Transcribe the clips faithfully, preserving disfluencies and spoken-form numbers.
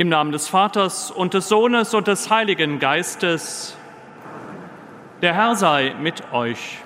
Im Namen des Vaters und des Sohnes und des Heiligen Geistes. Der Herr sei mit euch.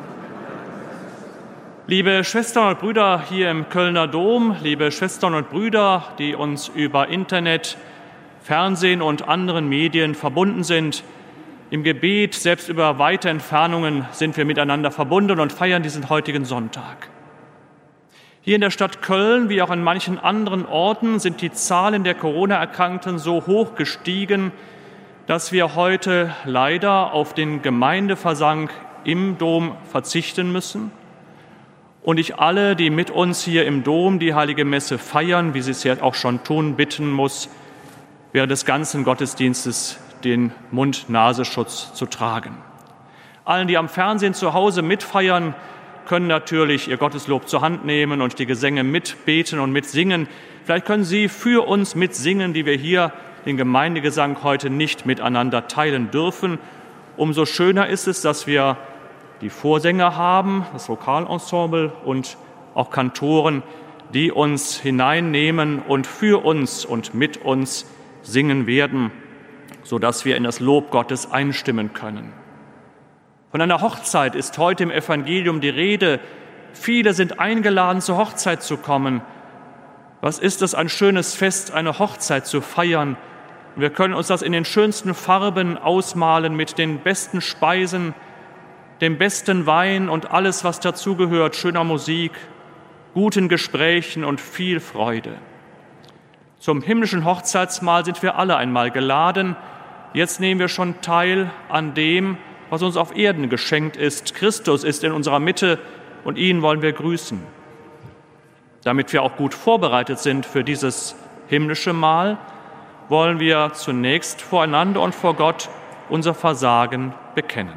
Liebe Schwestern und Brüder hier im Kölner Dom, liebe Schwestern und Brüder, die uns über Internet, Fernsehen und anderen Medien verbunden sind, im Gebet, selbst über weite Entfernungen, sind wir miteinander verbunden und feiern diesen heutigen Sonntag. Hier in der Stadt Köln, wie auch in manchen anderen Orten, sind die Zahlen der Corona-Erkrankten so hoch gestiegen, dass wir heute leider auf den Gemeindeversang im Dom verzichten müssen. Und ich alle, die mit uns hier im Dom die Heilige Messe feiern, wie sie es ja auch schon tun, bitten muss, während des ganzen Gottesdienstes den Mund-Nasenschutz zu tragen. Allen, die am Fernsehen zu Hause mitfeiern, können natürlich ihr Gotteslob zur Hand nehmen und die Gesänge mitbeten und mitsingen. Vielleicht können Sie für uns mitsingen, die wir hier den Gemeindegesang heute nicht miteinander teilen dürfen. Umso schöner ist es, dass wir die Vorsänger haben, das Vokalensemble und auch Kantoren, die uns hineinnehmen und für uns und mit uns singen werden, sodass wir in das Lob Gottes einstimmen können. Von einer Hochzeit ist heute im Evangelium die Rede. Viele sind eingeladen, zur Hochzeit zu kommen. Was ist es, ein schönes Fest, eine Hochzeit zu feiern? Wir können uns das in den schönsten Farben ausmalen, mit den besten Speisen, dem besten Wein und alles, was dazugehört, schöner Musik, guten Gesprächen und viel Freude. Zum himmlischen Hochzeitsmahl sind wir alle einmal geladen. Jetzt nehmen wir schon teil an dem, was uns auf Erden geschenkt ist. Christus ist in unserer Mitte und ihn wollen wir grüßen. Damit wir auch gut vorbereitet sind für dieses himmlische Mahl, wollen wir zunächst voreinander und vor Gott unser Versagen bekennen.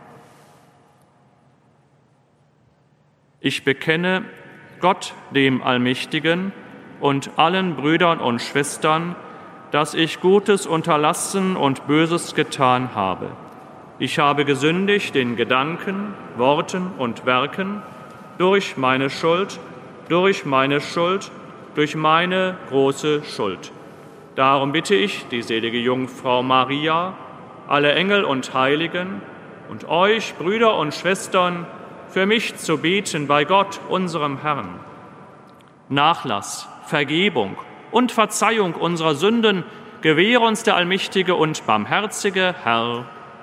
Ich bekenne Gott, dem Allmächtigen, und allen Brüdern und Schwestern, dass ich Gutes unterlassen und Böses getan habe. Ich habe gesündigt in Gedanken, Worten und Werken, durch meine Schuld, durch meine Schuld, durch meine große Schuld. Darum bitte ich die selige Jungfrau Maria, alle Engel und Heiligen und euch, Brüder und Schwestern, für mich zu beten bei Gott, unserem Herrn. Nachlass, Vergebung und Verzeihung unserer Sünden gewähre uns der allmächtige und barmherzige Herr.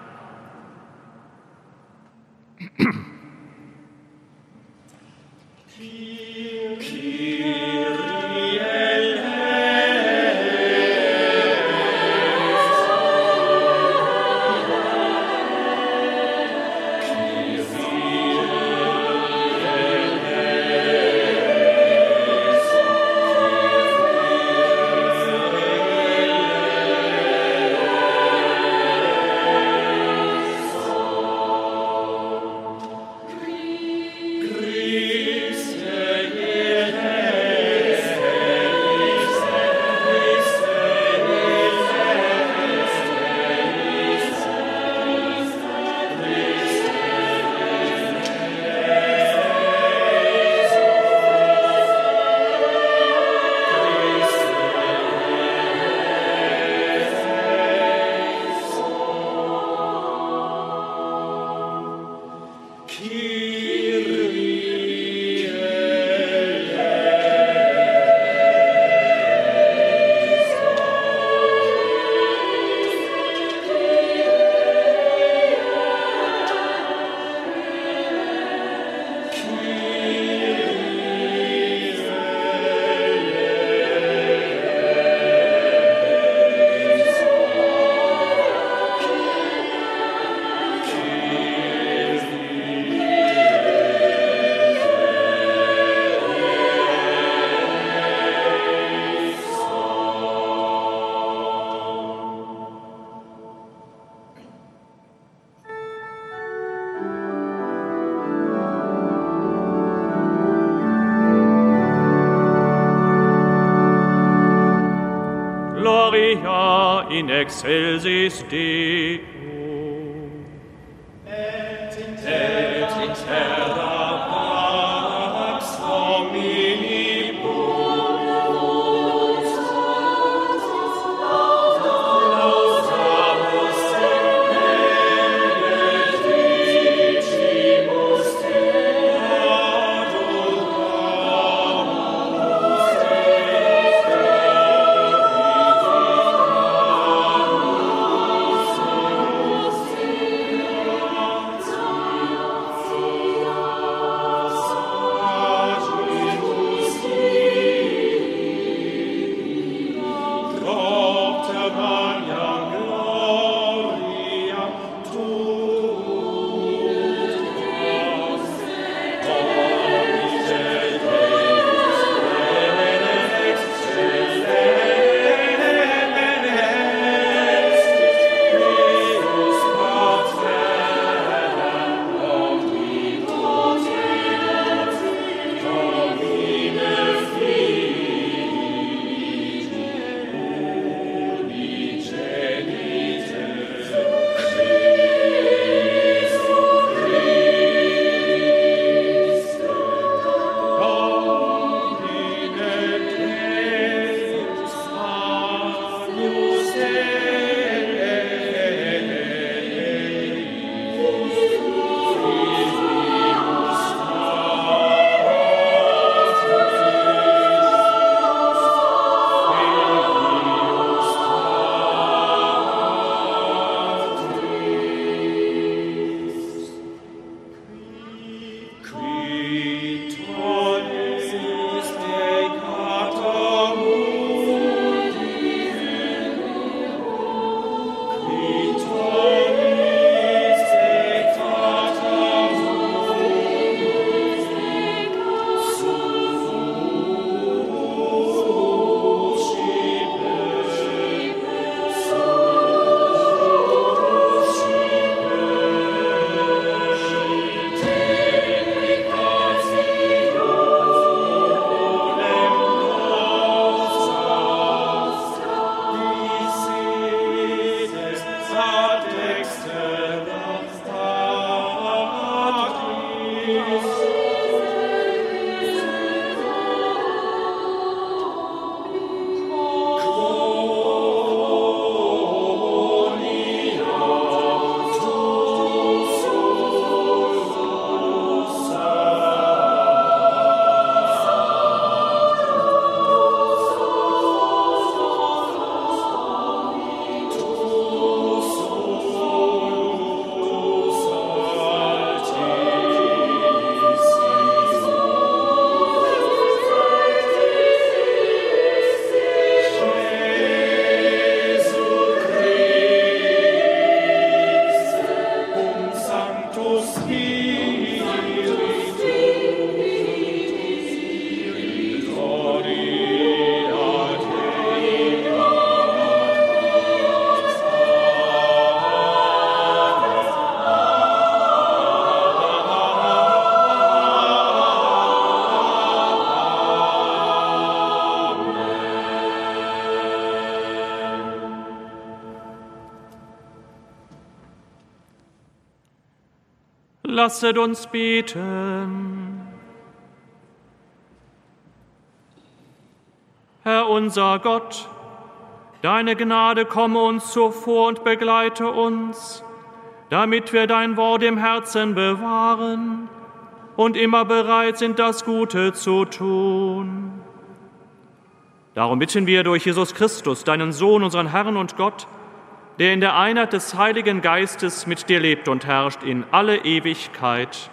Gloria in excelsis Deo. Et in terra, et in terra pax omnibus. Lasset uns beten. Herr unser Gott, deine Gnade komme uns zuvor und begleite uns, damit wir dein Wort im Herzen bewahren und immer bereit sind, das Gute zu tun. Darum bitten wir durch Jesus Christus, deinen Sohn, unseren Herrn und Gott, der in der Einheit des Heiligen Geistes mit dir lebt und herrscht in alle Ewigkeit.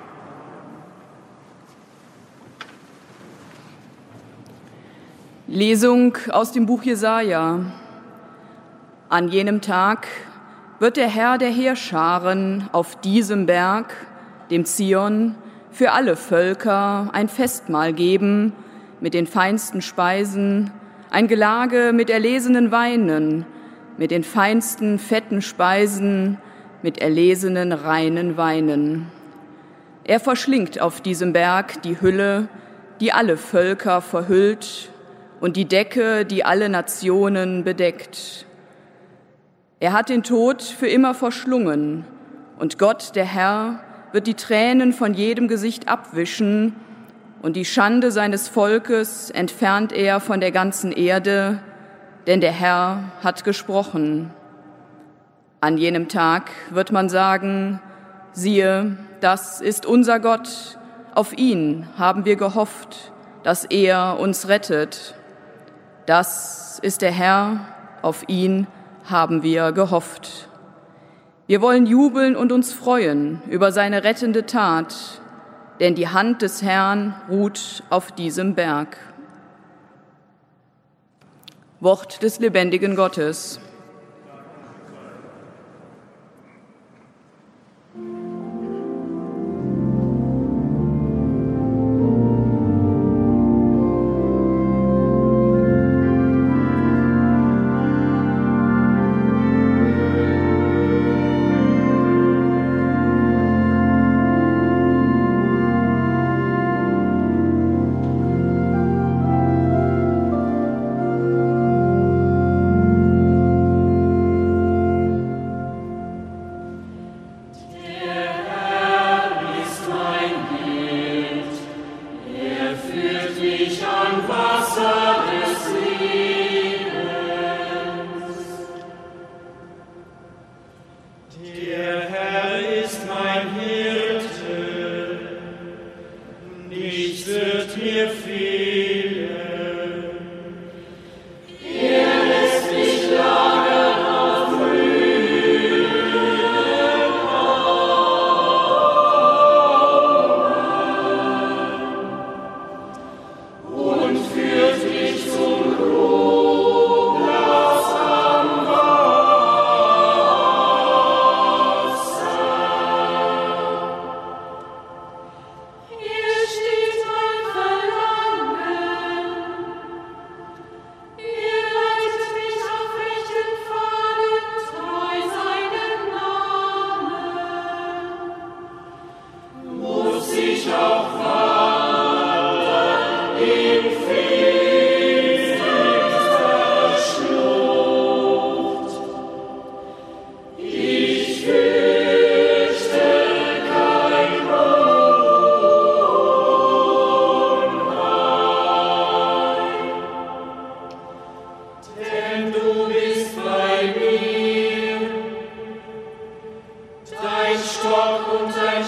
Lesung aus dem Buch Jesaja. An jenem Tag wird der Herr der Heerscharen auf diesem Berg, dem Zion, für alle Völker ein Festmahl geben mit den feinsten Speisen, ein Gelage mit erlesenen Weinen, mit den feinsten fetten Speisen, mit erlesenen reinen Weinen. Er verschlingt auf diesem Berg die Hülle, die alle Völker verhüllt, und die Decke, die alle Nationen bedeckt. Er hat den Tod für immer verschlungen, und Gott, der Herr, wird die Tränen von jedem Gesicht abwischen, und die Schande seines Volkes entfernt er von der ganzen Erde, denn der Herr hat gesprochen. An jenem Tag wird man sagen, siehe, das ist unser Gott, auf ihn haben wir gehofft, dass er uns rettet. Das ist der Herr, auf ihn haben wir gehofft. Wir wollen jubeln und uns freuen über seine rettende Tat, denn die Hand des Herrn ruht auf diesem Berg. Wort des lebendigen Gottes. Hier steht mein Verlangen.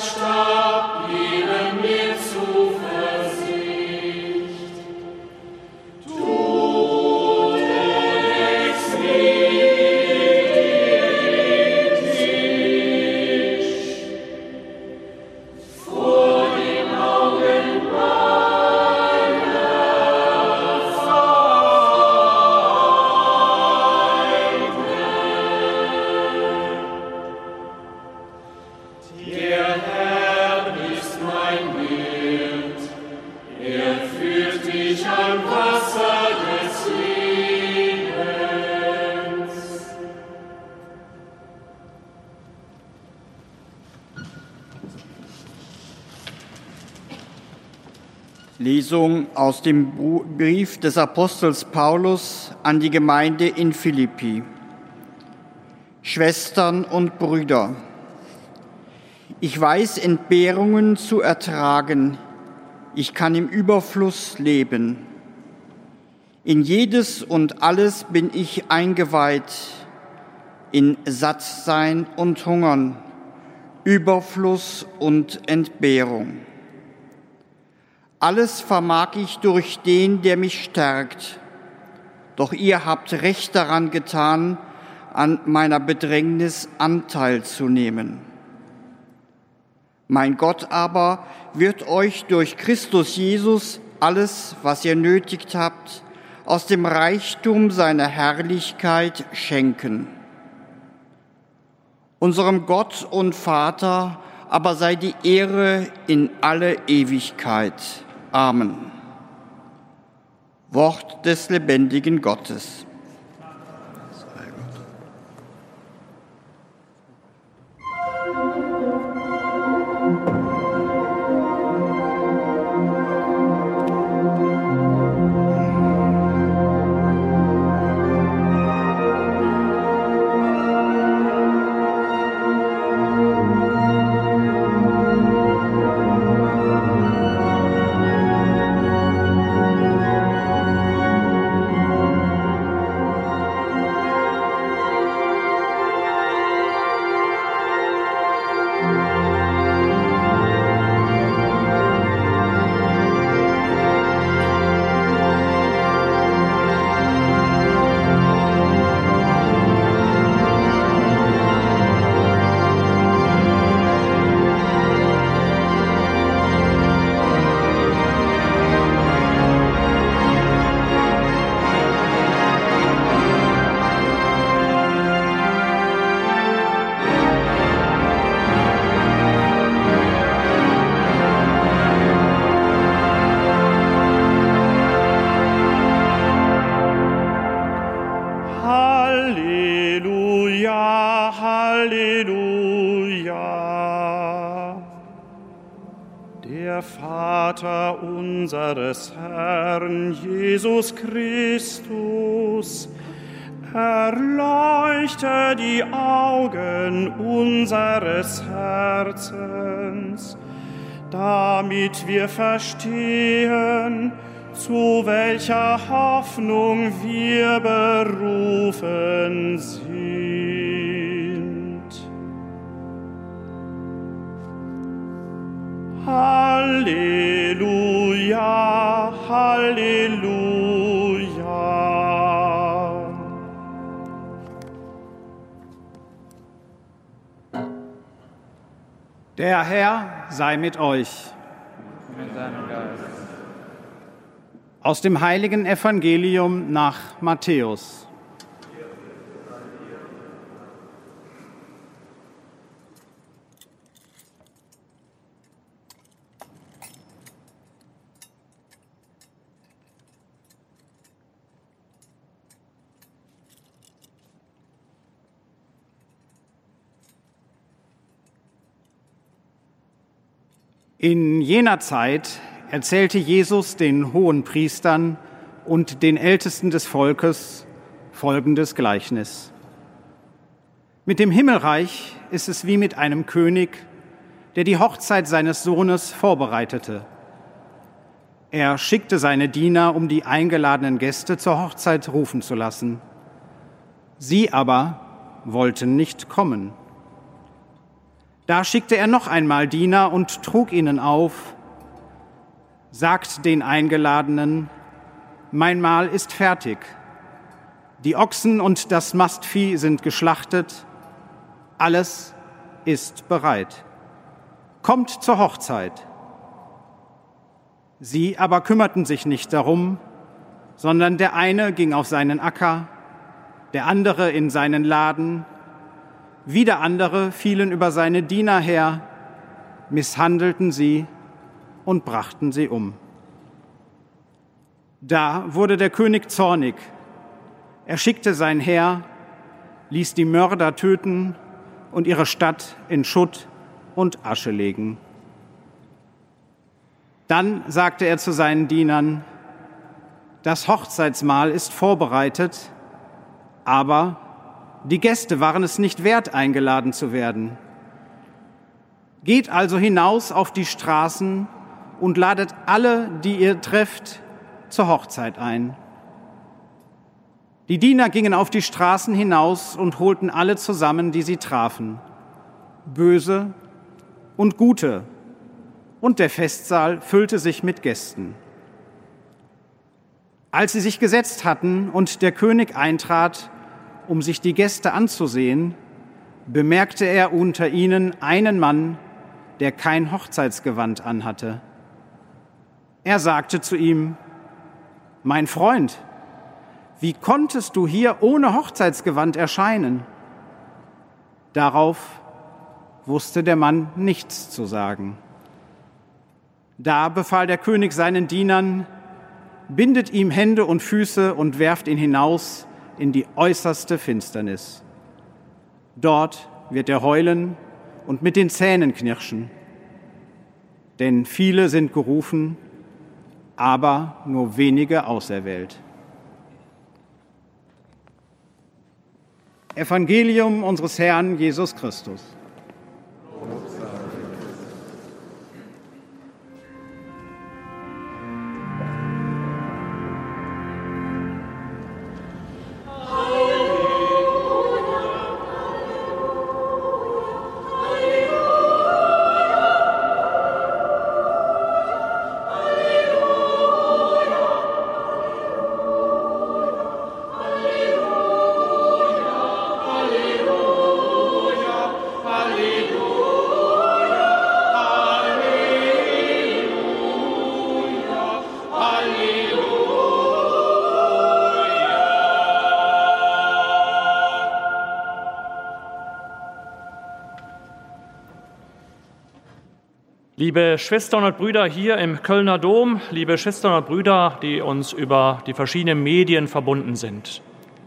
Stab geben mir Zuversicht. Du deckst mich vor den Augen meiner Feinde. Der Herr ist mein Wirt, er führt dich am Wasser des Lebens. Lesung aus dem Brief des Apostels Paulus an die Gemeinde in Philippi. Schwestern und Brüder, ich weiß Entbehrungen zu ertragen, ich kann im Überfluss leben. In jedes und alles bin ich eingeweiht, in Sattsein und Hungern, Überfluss und Entbehrung. Alles vermag ich durch den, der mich stärkt. Doch ihr habt recht daran getan, an meiner Bedrängnis Anteil zu nehmen. Mein Gott aber wird euch durch Christus Jesus alles, was ihr nötigt habt, aus dem Reichtum seiner Herrlichkeit schenken. Unserem Gott und Vater aber sei die Ehre in alle Ewigkeit. Amen. Wort des lebendigen Gottes. Vater unseres Herrn Jesus Christus, erleuchte die Augen unseres Herzens, damit wir verstehen, zu welcher Hoffnung wir berufen sind. Halleluja, Halleluja. Der Herr sei mit euch. Mit seinem Geist. Aus dem heiligen Evangelium nach Matthäus. In jener Zeit erzählte Jesus den Hohenpriestern und den Ältesten des Volkes folgendes Gleichnis. Mit dem Himmelreich ist es wie mit einem König, der die Hochzeit seines Sohnes vorbereitete. Er schickte seine Diener, um die eingeladenen Gäste zur Hochzeit rufen zu lassen. Sie aber wollten nicht kommen. Da schickte er noch einmal Diener und trug ihnen auf: Sagt den Eingeladenen, mein Mahl ist fertig. Die Ochsen und das Mastvieh sind geschlachtet. Alles ist bereit. Kommt zur Hochzeit. Sie aber kümmerten sich nicht darum, sondern der eine ging auf seinen Acker, der andere in seinen Laden, wieder andere fielen über seine Diener her, misshandelten sie und brachten sie um. Da wurde der König zornig. Er schickte sein Heer, ließ die Mörder töten und ihre Stadt in Schutt und Asche legen. Dann sagte er zu seinen Dienern: Das Hochzeitsmahl ist vorbereitet, aber die Gäste waren es nicht wert, eingeladen zu werden. Geht also hinaus auf die Straßen und ladet alle, die ihr trefft, zur Hochzeit ein. Die Diener gingen auf die Straßen hinaus und holten alle zusammen, die sie trafen, Böse und Gute, und der Festsaal füllte sich mit Gästen. Als sie sich gesetzt hatten und der König eintrat, um sich die Gäste anzusehen, bemerkte er unter ihnen einen Mann, der kein Hochzeitsgewand anhatte. Er sagte zu ihm: Mein Freund, wie konntest du hier ohne Hochzeitsgewand erscheinen? Darauf wusste der Mann nichts zu sagen. Da befahl der König seinen Dienern: Bindet ihm Hände und Füße und werft ihn hinaus in die äußerste Finsternis. Dort wird er heulen und mit den Zähnen knirschen. Denn viele sind gerufen, aber nur wenige auserwählt. Evangelium unseres Herrn Jesus Christus. Liebe Schwestern und Brüder hier im Kölner Dom, liebe Schwestern und Brüder, die uns über die verschiedenen Medien verbunden sind.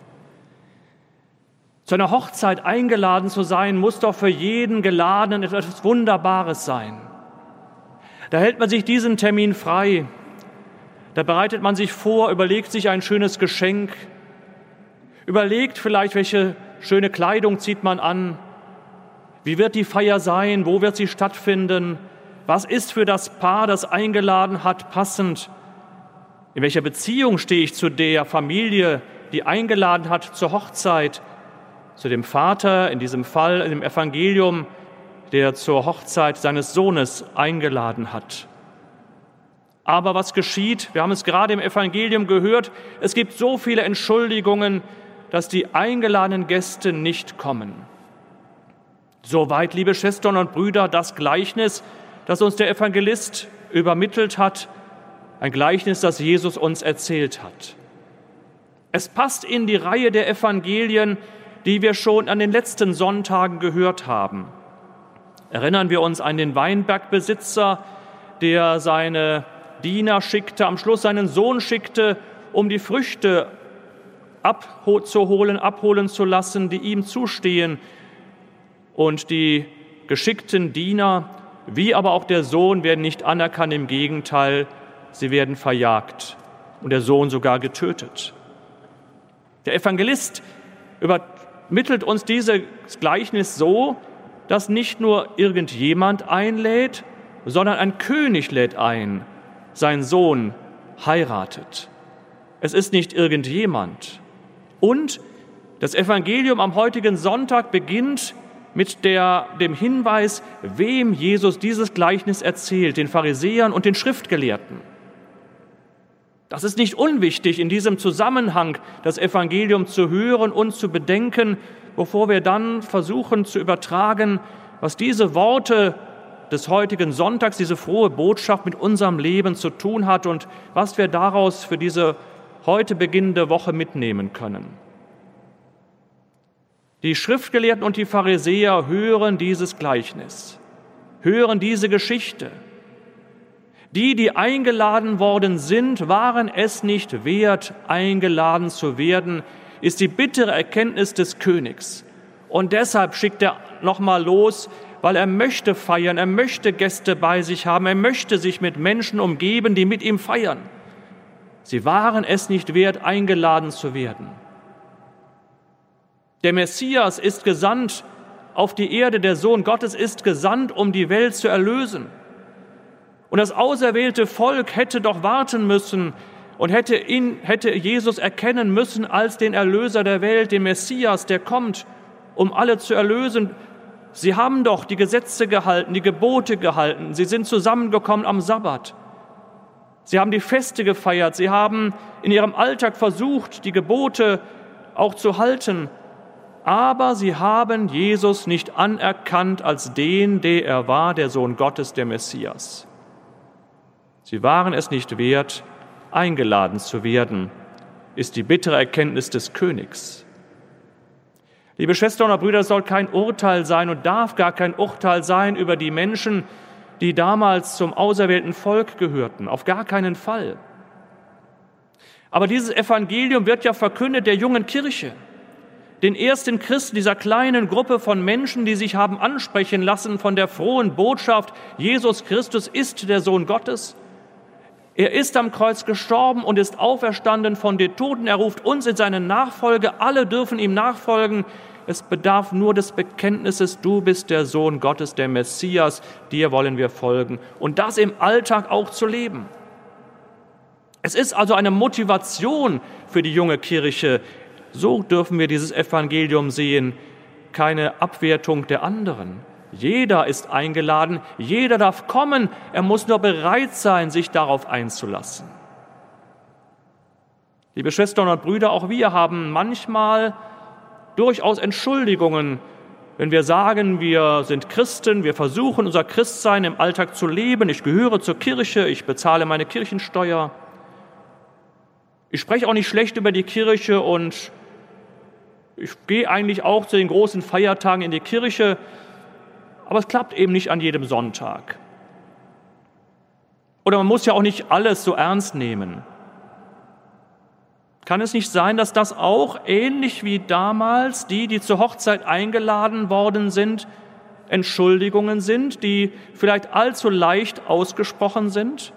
Zu einer Hochzeit eingeladen zu sein, muss doch für jeden Geladenen etwas Wunderbares sein. Da hält man sich diesen Termin frei, da bereitet man sich vor, überlegt sich ein schönes Geschenk, überlegt vielleicht, welche schöne Kleidung zieht man an, wie wird die Feier sein, wo wird sie stattfinden, was ist für das Paar, das eingeladen hat, passend? In welcher Beziehung stehe ich zu der Familie, die eingeladen hat zur Hochzeit, zu dem Vater, in diesem Fall im Evangelium, der zur Hochzeit seines Sohnes eingeladen hat? Aber was geschieht? Wir haben es gerade im Evangelium gehört, es gibt so viele Entschuldigungen, dass die eingeladenen Gäste nicht kommen. Soweit, liebe Schwestern und Brüder, das Gleichnis, das uns der Evangelist übermittelt hat, ein Gleichnis, das Jesus uns erzählt hat. Es passt in die Reihe der Evangelien, die wir schon an den letzten Sonntagen gehört haben. Erinnern wir uns an den Weinbergbesitzer, der seine Diener schickte, am Schluss seinen Sohn schickte, um die Früchte abzuholen, abholen zu lassen, die ihm zustehen. Und die geschickten Diener, wie aber auch der Sohn, werden nicht anerkannt, im Gegenteil, sie werden verjagt und der Sohn sogar getötet. Der Evangelist übermittelt uns dieses Gleichnis so, dass nicht nur irgendjemand einlädt, sondern ein König lädt ein, sein Sohn heiratet. Es ist nicht irgendjemand. Und das Evangelium am heutigen Sonntag beginnt mit der, dem Hinweis, wem Jesus dieses Gleichnis erzählt, den Pharisäern und den Schriftgelehrten. Das ist nicht unwichtig, in diesem Zusammenhang das Evangelium zu hören und zu bedenken, bevor wir dann versuchen zu übertragen, was diese Worte des heutigen Sonntags, diese frohe Botschaft mit unserem Leben zu tun hat und was wir daraus für diese heute beginnende Woche mitnehmen können. Die Schriftgelehrten und die Pharisäer hören dieses Gleichnis, hören diese Geschichte. Die, die eingeladen worden sind, waren es nicht wert, eingeladen zu werden, ist die bittere Erkenntnis des Königs. Und deshalb schickt er nochmal los, weil er möchte feiern, er möchte Gäste bei sich haben, er möchte sich mit Menschen umgeben, die mit ihm feiern. Sie waren es nicht wert, eingeladen zu werden. Der Messias ist gesandt auf die Erde, der Sohn Gottes ist gesandt, um die Welt zu erlösen. Und das auserwählte Volk hätte doch warten müssen und hätte, ihn, hätte Jesus erkennen müssen als den Erlöser der Welt, den Messias, der kommt, um alle zu erlösen. Sie haben doch die Gesetze gehalten, die Gebote gehalten. Sie sind zusammengekommen am Sabbat. Sie haben die Feste gefeiert. Sie haben in ihrem Alltag versucht, die Gebote auch zu halten. Aber sie haben Jesus nicht anerkannt als den, der er war, der Sohn Gottes, der Messias. Sie waren es nicht wert, eingeladen zu werden, ist die bittere Erkenntnis des Königs. Liebe Schwestern und Brüder, es soll kein Urteil sein und darf gar kein Urteil sein über die Menschen, die damals zum auserwählten Volk gehörten. Auf gar keinen Fall. Aber dieses Evangelium wird ja verkündet der jungen Kirche, den ersten Christen, dieser kleinen Gruppe von Menschen, die sich haben ansprechen lassen von der frohen Botschaft, Jesus Christus ist der Sohn Gottes. Er ist am Kreuz gestorben und ist auferstanden von den Toten. Er ruft uns in seine Nachfolge. Alle dürfen ihm nachfolgen. Es bedarf nur des Bekenntnisses, du bist der Sohn Gottes, der Messias, dir wollen wir folgen. Und das im Alltag auch zu leben. Es ist also eine Motivation für die junge Kirche. So dürfen wir dieses Evangelium sehen, keine Abwertung der anderen. Jeder ist eingeladen, jeder darf kommen, er muss nur bereit sein, sich darauf einzulassen. Liebe Schwestern und Brüder, auch wir haben manchmal durchaus Entschuldigungen, wenn wir sagen, wir sind Christen, wir versuchen unser Christsein im Alltag zu leben, ich gehöre zur Kirche, ich bezahle meine Kirchensteuer. Ich spreche auch nicht schlecht über die Kirche und ich gehe eigentlich auch zu den großen Feiertagen in die Kirche, aber es klappt eben nicht an jedem Sonntag. Oder man muss ja auch nicht alles so ernst nehmen. Kann es nicht sein, dass das auch ähnlich wie damals die, die zur Hochzeit eingeladen worden sind, Entschuldigungen sind, die vielleicht allzu leicht ausgesprochen sind?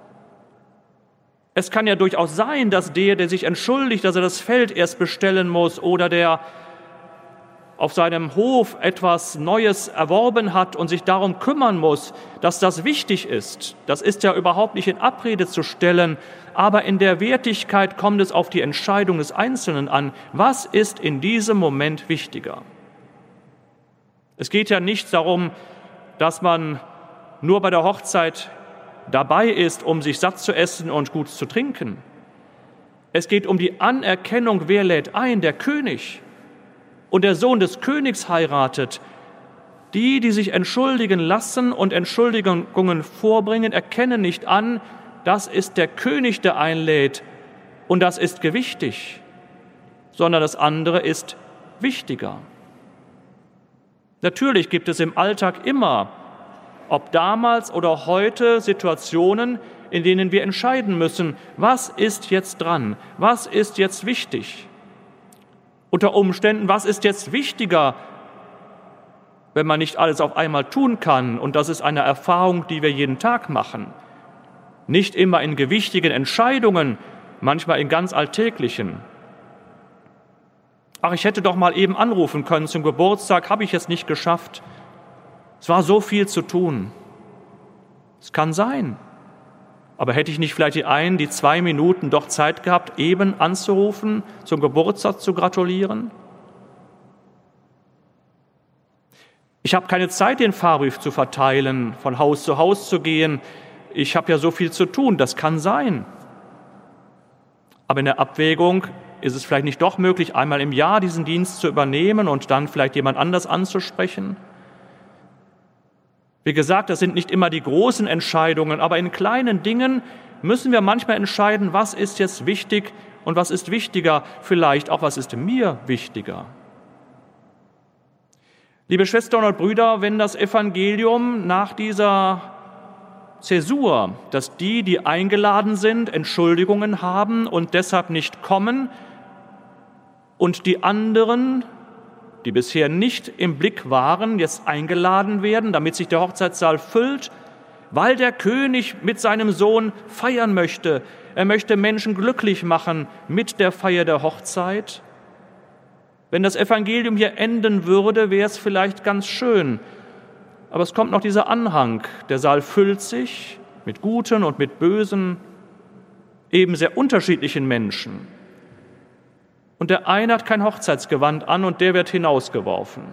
Es kann ja durchaus sein, dass der, der sich entschuldigt, dass er das Feld erst bestellen muss oder der auf seinem Hof etwas Neues erworben hat und sich darum kümmern muss, dass das wichtig ist. Das ist ja überhaupt nicht in Abrede zu stellen, aber in der Wertigkeit kommt es auf die Entscheidung des Einzelnen an. Was ist in diesem Moment wichtiger? Es geht ja nicht darum, dass man nur bei der Hochzeit dabei ist, um sich satt zu essen und gut zu trinken. Es geht um die Anerkennung, wer lädt ein, der König. Und der Sohn des Königs heiratet. Die, die sich entschuldigen lassen und Entschuldigungen vorbringen, erkennen nicht an, das ist der König, der einlädt und das ist gewichtig, sondern das andere ist wichtiger. Natürlich gibt es im Alltag immer, ob damals oder heute, Situationen, in denen wir entscheiden müssen, was ist jetzt dran, was ist jetzt wichtig. Unter Umständen, was ist jetzt wichtiger, wenn man nicht alles auf einmal tun kann? Und das ist eine Erfahrung, die wir jeden Tag machen. Nicht immer in gewichtigen Entscheidungen, manchmal in ganz alltäglichen. Ach, ich hätte doch mal eben anrufen können zum Geburtstag, habe ich es nicht geschafft. Es war so viel zu tun. Es kann sein. Aber hätte ich nicht vielleicht die ein, die zwei Minuten doch Zeit gehabt, eben anzurufen, zum Geburtstag zu gratulieren? Ich habe keine Zeit, den Fahrbrief zu verteilen, von Haus zu Haus zu gehen. Ich habe ja so viel zu tun, das kann sein. Aber in der Abwägung ist es vielleicht nicht doch möglich, einmal im Jahr diesen Dienst zu übernehmen und dann vielleicht jemand anders anzusprechen. Wie gesagt, das sind nicht immer die großen Entscheidungen, aber in kleinen Dingen müssen wir manchmal entscheiden, was ist jetzt wichtig und was ist wichtiger, vielleicht auch, was ist mir wichtiger. Liebe Schwestern und Brüder, wenn das Evangelium nach dieser Zäsur, dass die, die eingeladen sind, Entschuldigungen haben und deshalb nicht kommen und die anderen, die bisher nicht im Blick waren, jetzt eingeladen werden, damit sich der Hochzeitssaal füllt, weil der König mit seinem Sohn feiern möchte. Er möchte Menschen glücklich machen mit der Feier der Hochzeit. Wenn das Evangelium hier enden würde, wäre es vielleicht ganz schön. Aber es kommt noch dieser Anhang. Der Saal füllt sich mit guten und mit bösen, eben sehr unterschiedlichen Menschen. Und der eine hat kein Hochzeitsgewand an und der wird hinausgeworfen.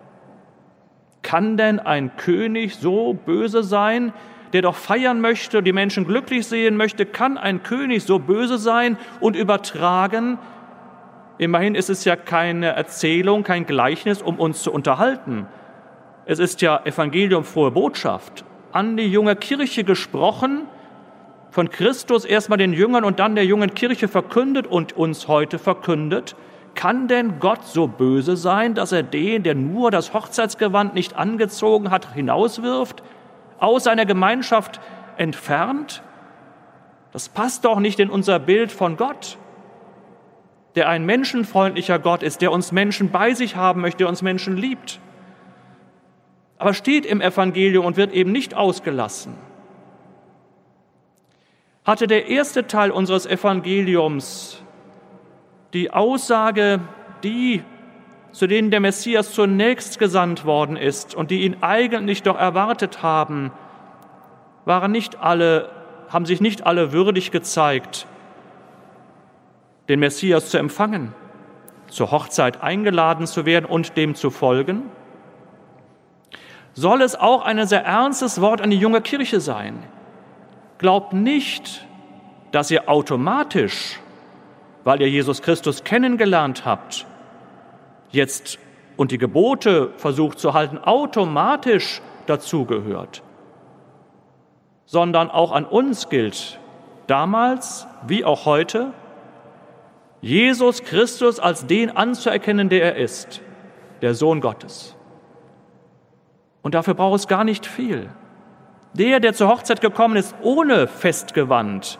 Kann denn ein König so böse sein, der doch feiern möchte und die Menschen glücklich sehen möchte? Kann ein König so böse sein und übertragen? Immerhin ist es ja keine Erzählung, kein Gleichnis, um uns zu unterhalten. Es ist ja Evangelium, frohe Botschaft, an die junge Kirche gesprochen, von Christus erstmal den Jüngern und dann der jungen Kirche verkündet und uns heute verkündet. Kann denn Gott so böse sein, dass er den, der nur das Hochzeitsgewand nicht angezogen hat, hinauswirft, aus seiner Gemeinschaft entfernt? Das passt doch nicht in unser Bild von Gott, der ein menschenfreundlicher Gott ist, der uns Menschen bei sich haben möchte, der uns Menschen liebt. Aber steht im Evangelium und wird eben nicht ausgelassen. Hatte der erste Teil unseres Evangeliums die Aussage, die, zu denen der Messias zunächst gesandt worden ist und die ihn eigentlich doch erwartet haben, waren nicht alle, haben sich nicht alle würdig gezeigt, den Messias zu empfangen, zur Hochzeit eingeladen zu werden und dem zu folgen? Soll es auch ein sehr ernstes Wort an die junge Kirche sein? Glaubt nicht, dass ihr automatisch, weil ihr Jesus Christus kennengelernt habt, jetzt und die Gebote versucht zu halten, automatisch dazugehört, sondern auch an uns gilt, damals wie auch heute, Jesus Christus als den anzuerkennen, der er ist, der Sohn Gottes. Und dafür braucht es gar nicht viel. Der, der zur Hochzeit gekommen ist ohne Festgewand,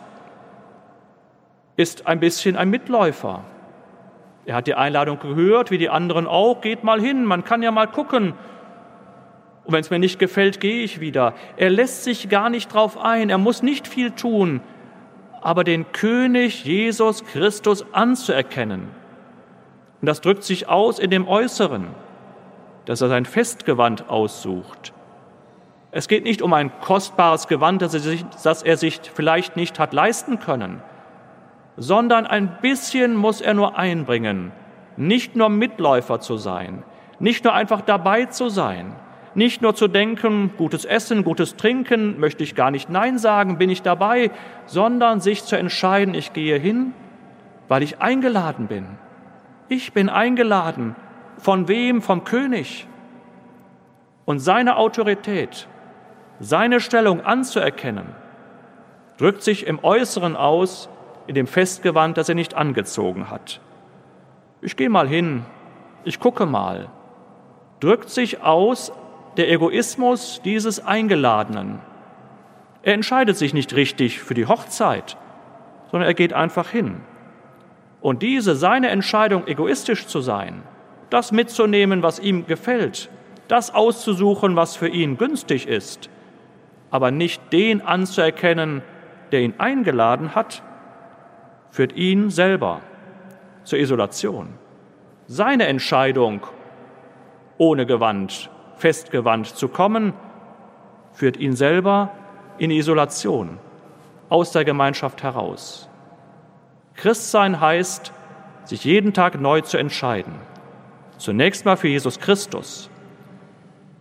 ist ein bisschen ein Mitläufer. Er hat die Einladung gehört, wie die anderen auch, geht mal hin, man kann ja mal gucken. Und wenn es mir nicht gefällt, gehe ich wieder. Er lässt sich gar nicht drauf ein, er muss nicht viel tun, aber den König Jesus Christus anzuerkennen. Und das drückt sich aus in dem Äußeren, dass er sein Festgewand aussucht. Es geht nicht um ein kostbares Gewand, das er sich, das er sich vielleicht nicht hat leisten können, sondern ein bisschen muss er nur einbringen, nicht nur Mitläufer zu sein, nicht nur einfach dabei zu sein, nicht nur zu denken, gutes Essen, gutes Trinken, möchte ich gar nicht Nein sagen, bin ich dabei, sondern sich zu entscheiden, ich gehe hin, weil ich eingeladen bin. Ich bin eingeladen. Von wem? Vom König. Und seine Autorität, seine Stellung anzuerkennen, drückt sich im Äußeren aus, in dem Festgewand, das er nicht angezogen hat. Ich gehe mal hin, ich gucke mal. Drückt sich aus der Egoismus dieses Eingeladenen. Er entscheidet sich nicht richtig für die Hochzeit, sondern er geht einfach hin. Und diese, seine Entscheidung, egoistisch zu sein, das mitzunehmen, was ihm gefällt, das auszusuchen, was für ihn günstig ist, aber nicht den anzuerkennen, der ihn eingeladen hat, führt ihn selber zur Isolation. Seine Entscheidung, ohne Gewand, festgewandt zu kommen, führt ihn selber in Isolation, aus der Gemeinschaft heraus. Christsein heißt, sich jeden Tag neu zu entscheiden. Zunächst mal für Jesus Christus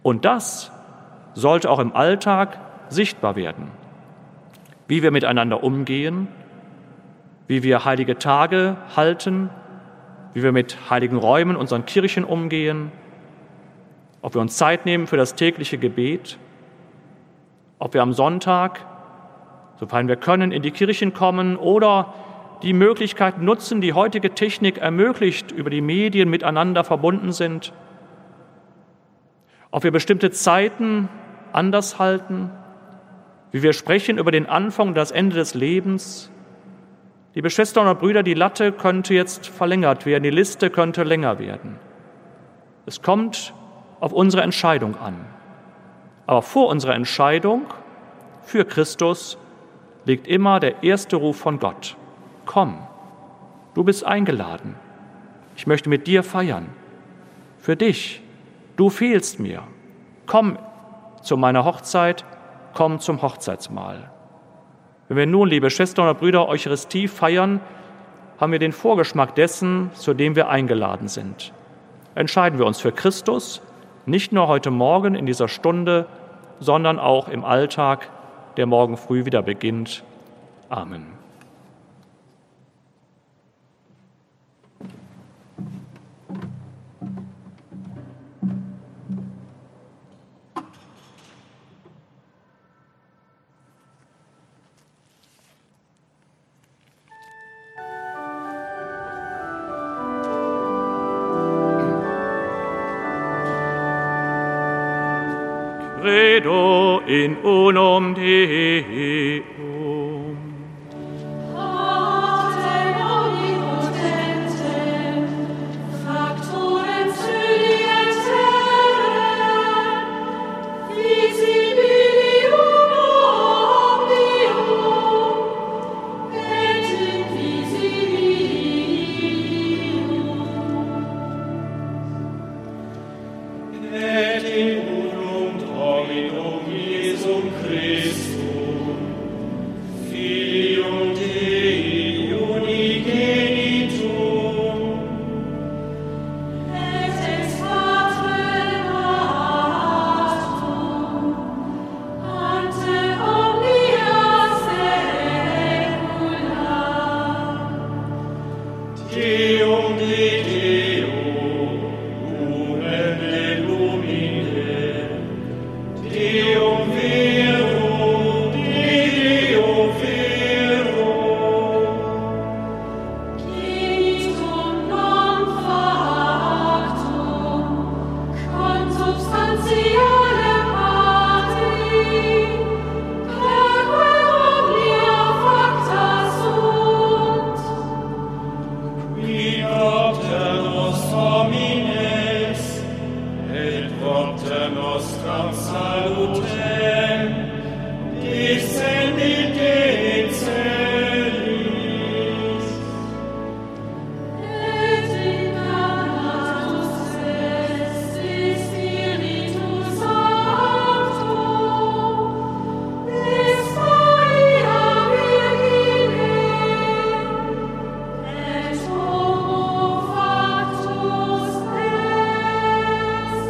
Und das sollte auch im Alltag sichtbar werden. Wie wir miteinander umgehen, wie wir heilige Tage halten, wie wir mit heiligen Räumen, unseren Kirchen umgehen, ob wir uns Zeit nehmen für das tägliche Gebet, ob wir am Sonntag, sofern wir können, in die Kirchen kommen oder die Möglichkeiten nutzen, die heutige Technik ermöglicht, über die Medien miteinander verbunden sind, ob wir bestimmte Zeiten anders halten, wie wir sprechen über den Anfang und das Ende des Lebens. Liebe Schwestern und Brüder, die Latte könnte jetzt verlängert werden, die Liste könnte länger werden. Es kommt auf unsere Entscheidung an. Aber vor unserer Entscheidung für Christus liegt immer der erste Ruf von Gott. Komm, du bist eingeladen. Ich möchte mit dir feiern. Für dich, du fehlst mir. Komm zu meiner Hochzeit, komm zum Hochzeitsmahl. Wenn wir nun, liebe Schwestern und Brüder, Eucharistie feiern, haben wir den Vorgeschmack dessen, zu dem wir eingeladen sind. Entscheiden wir uns für Christus, nicht nur heute Morgen in dieser Stunde, sondern auch im Alltag, der morgen früh wieder beginnt. Amen. Credo in unum Deum. Pater omnipotentem, factorem coeli et terrae, visibilium omnium, et invisibilium. Et in unum Dominum Iesum Christum, Filium Dei unigenitum, et ex Patrem actum, ante omnia saecula. Deum de Deo, lumen de lumine, Deum vero, Deo vero. Genitum non factum, consubstantialem Patri, perque omnia facta sunt. Qui propter nos homines, et propter nostram salutem, descendite in celis. Et incarnatus est Spiritus Sancto, ex Maria Virgine, et homo factus est.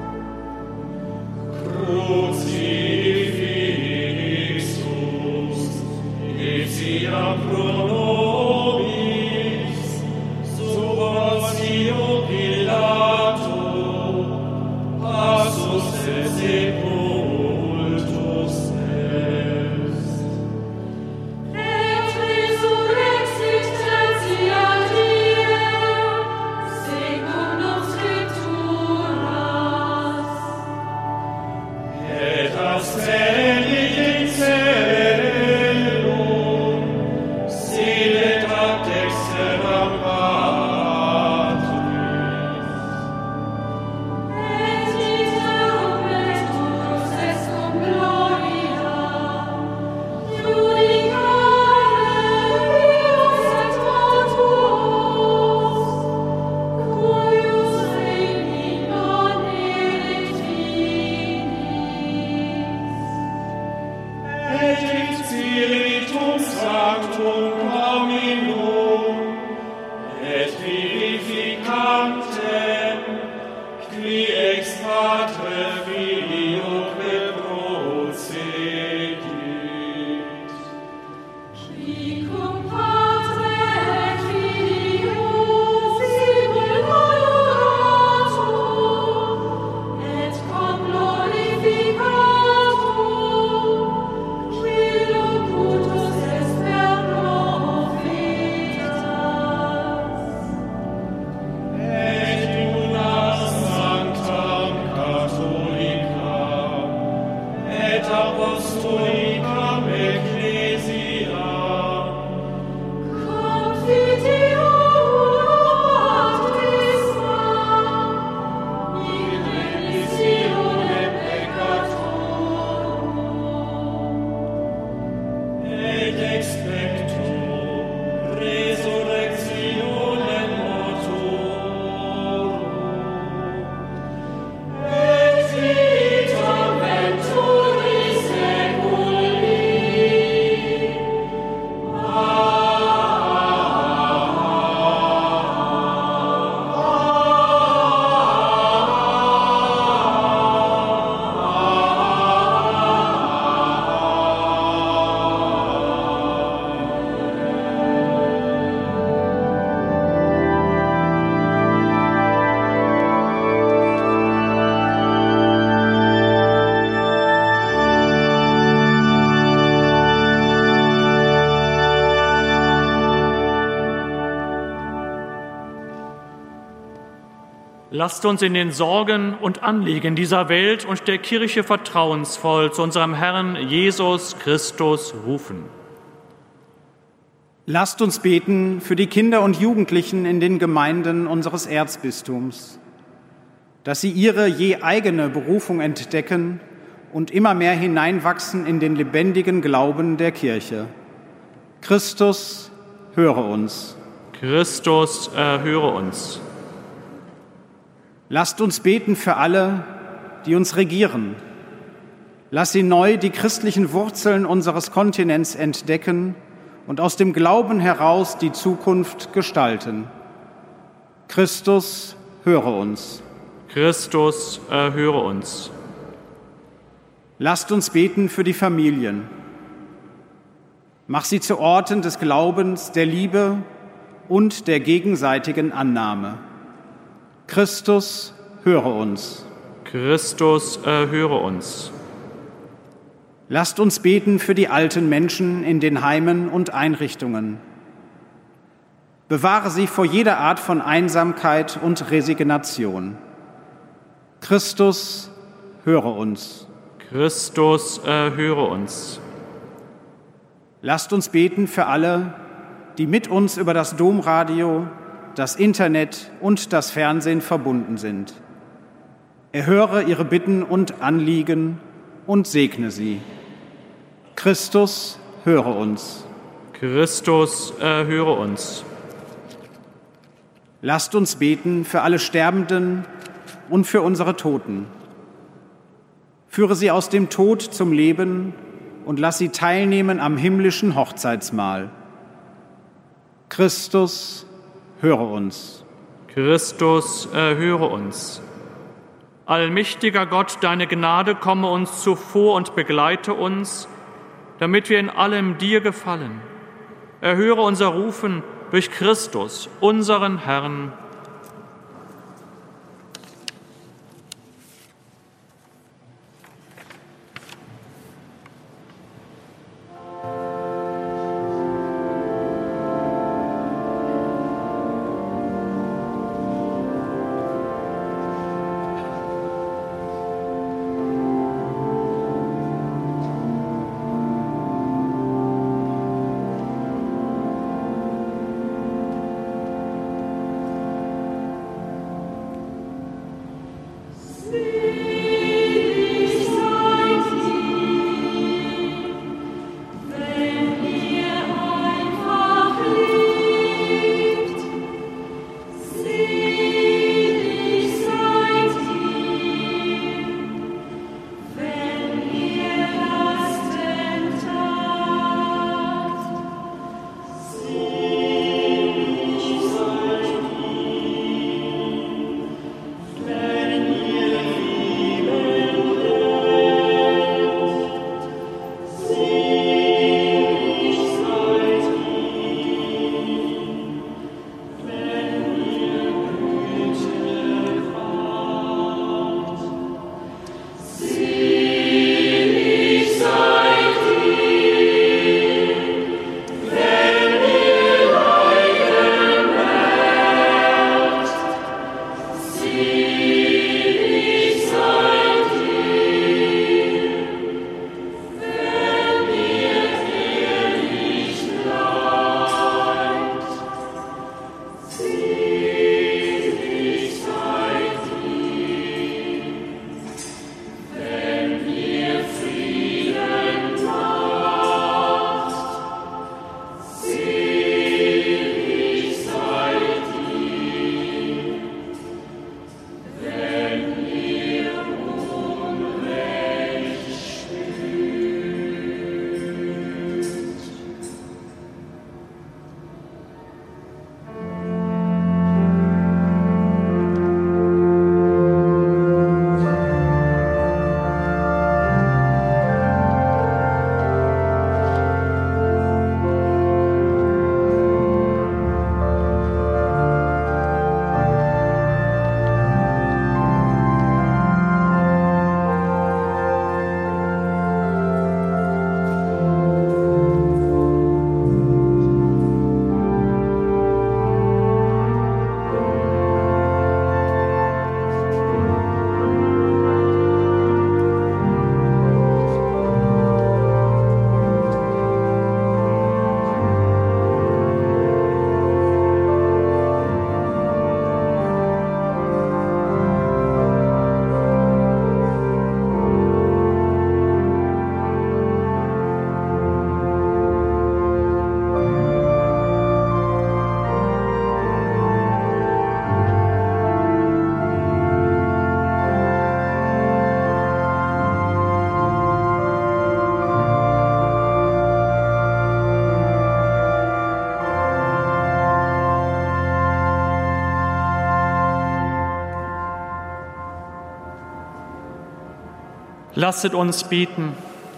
Crucifixus, etiam pro nobis, sub Pontio Pilato, passus et sepultus est. Et resurrexit tertia diem, secundum Scripturas. Et ascendit in caelum, sidet ad dexteram Patris. Et iterum venturus est cum gloria, judicare vivos et mortuos, cuius regni non erit finis. Et in Spiritum Sanctum Dominum, et vivificantem, qui ex Patre Apostolica Ecclesia. Confiteor baptisma, in remissione peccatorum. Et expecto resurrectionem mortuorum. Et vitam venturi seculi. Lasst uns in den Sorgen und Anliegen dieser Welt und der Kirche vertrauensvoll zu unserem Herrn Jesus Christus rufen. Lasst uns beten für die Kinder und Jugendlichen in den Gemeinden unseres Erzbistums, dass sie ihre je eigene Berufung entdecken und immer mehr hineinwachsen in den lebendigen Glauben der Kirche. Christus, höre uns. Christus, erhöre uns. Lasst uns beten für alle, die uns regieren. Lass sie neu die christlichen Wurzeln unseres Kontinents entdecken und aus dem Glauben heraus die Zukunft gestalten. Christus, höre uns. Christus, erhöre uns. Lasst uns beten für die Familien. Mach sie zu Orten des Glaubens, der Liebe und der gegenseitigen Annahme. Christus, höre uns. Christus, erhöre uns. Lasst uns beten für die alten Menschen in den Heimen und Einrichtungen. Bewahre sie vor jeder Art von Einsamkeit und Resignation. Christus, höre uns. Christus, erhöre uns. Lasst uns beten für alle, die mit uns über das Domradio, das Internet und das Fernsehen verbunden sind. Erhöre ihre Bitten und Anliegen und segne sie. Christus, höre uns. Christus, erhöre uns. Lasst uns beten für alle Sterbenden und für unsere Toten. Führe sie aus dem Tod zum Leben und lass sie teilnehmen am himmlischen Hochzeitsmahl. Christus, höre uns. Christus, erhöre uns. Allmächtiger Gott, deine Gnade komme uns zuvor und begleite uns, damit wir in allem dir gefallen. Erhöre unser Rufen durch Christus, unseren Herrn. Lasset uns beten.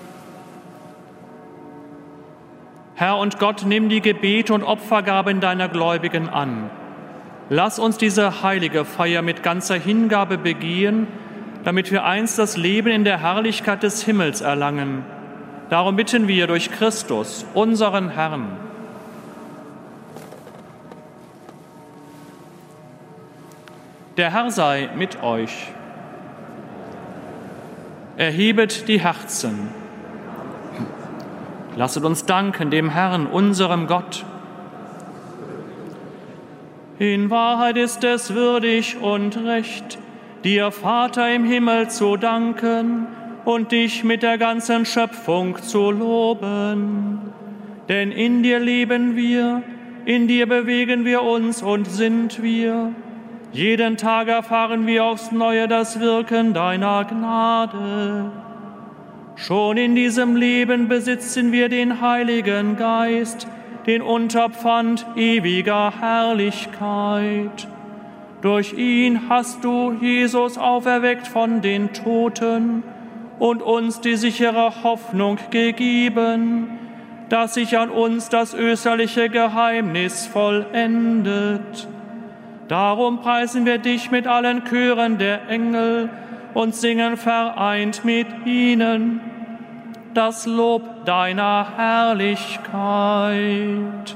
Herr und Gott, nimm die Gebete und Opfergaben deiner Gläubigen an. Lass uns diese heilige Feier mit ganzer Hingabe begehen, damit wir einst das Leben in der Herrlichkeit des Himmels erlangen. Darum bitten wir durch Christus, unseren Herrn. Der Herr sei mit euch. Erhebet die Herzen. Lasset uns danken dem Herrn, unserem Gott. In Wahrheit ist es würdig und recht, dir, Vater im Himmel, zu danken und dich mit der ganzen Schöpfung zu loben. Denn in dir leben wir, in dir bewegen wir uns und sind wir. Jeden Tag erfahren wir aufs Neue das Wirken deiner Gnade. Schon in diesem Leben besitzen wir den Heiligen Geist, den Unterpfand ewiger Herrlichkeit. Durch ihn hast du, Jesus, auferweckt von den Toten und uns die sichere Hoffnung gegeben, dass sich an uns das österliche Geheimnis vollendet. Darum preisen wir dich mit allen Chören der Engel und singen vereint mit ihnen das Lob deiner Herrlichkeit.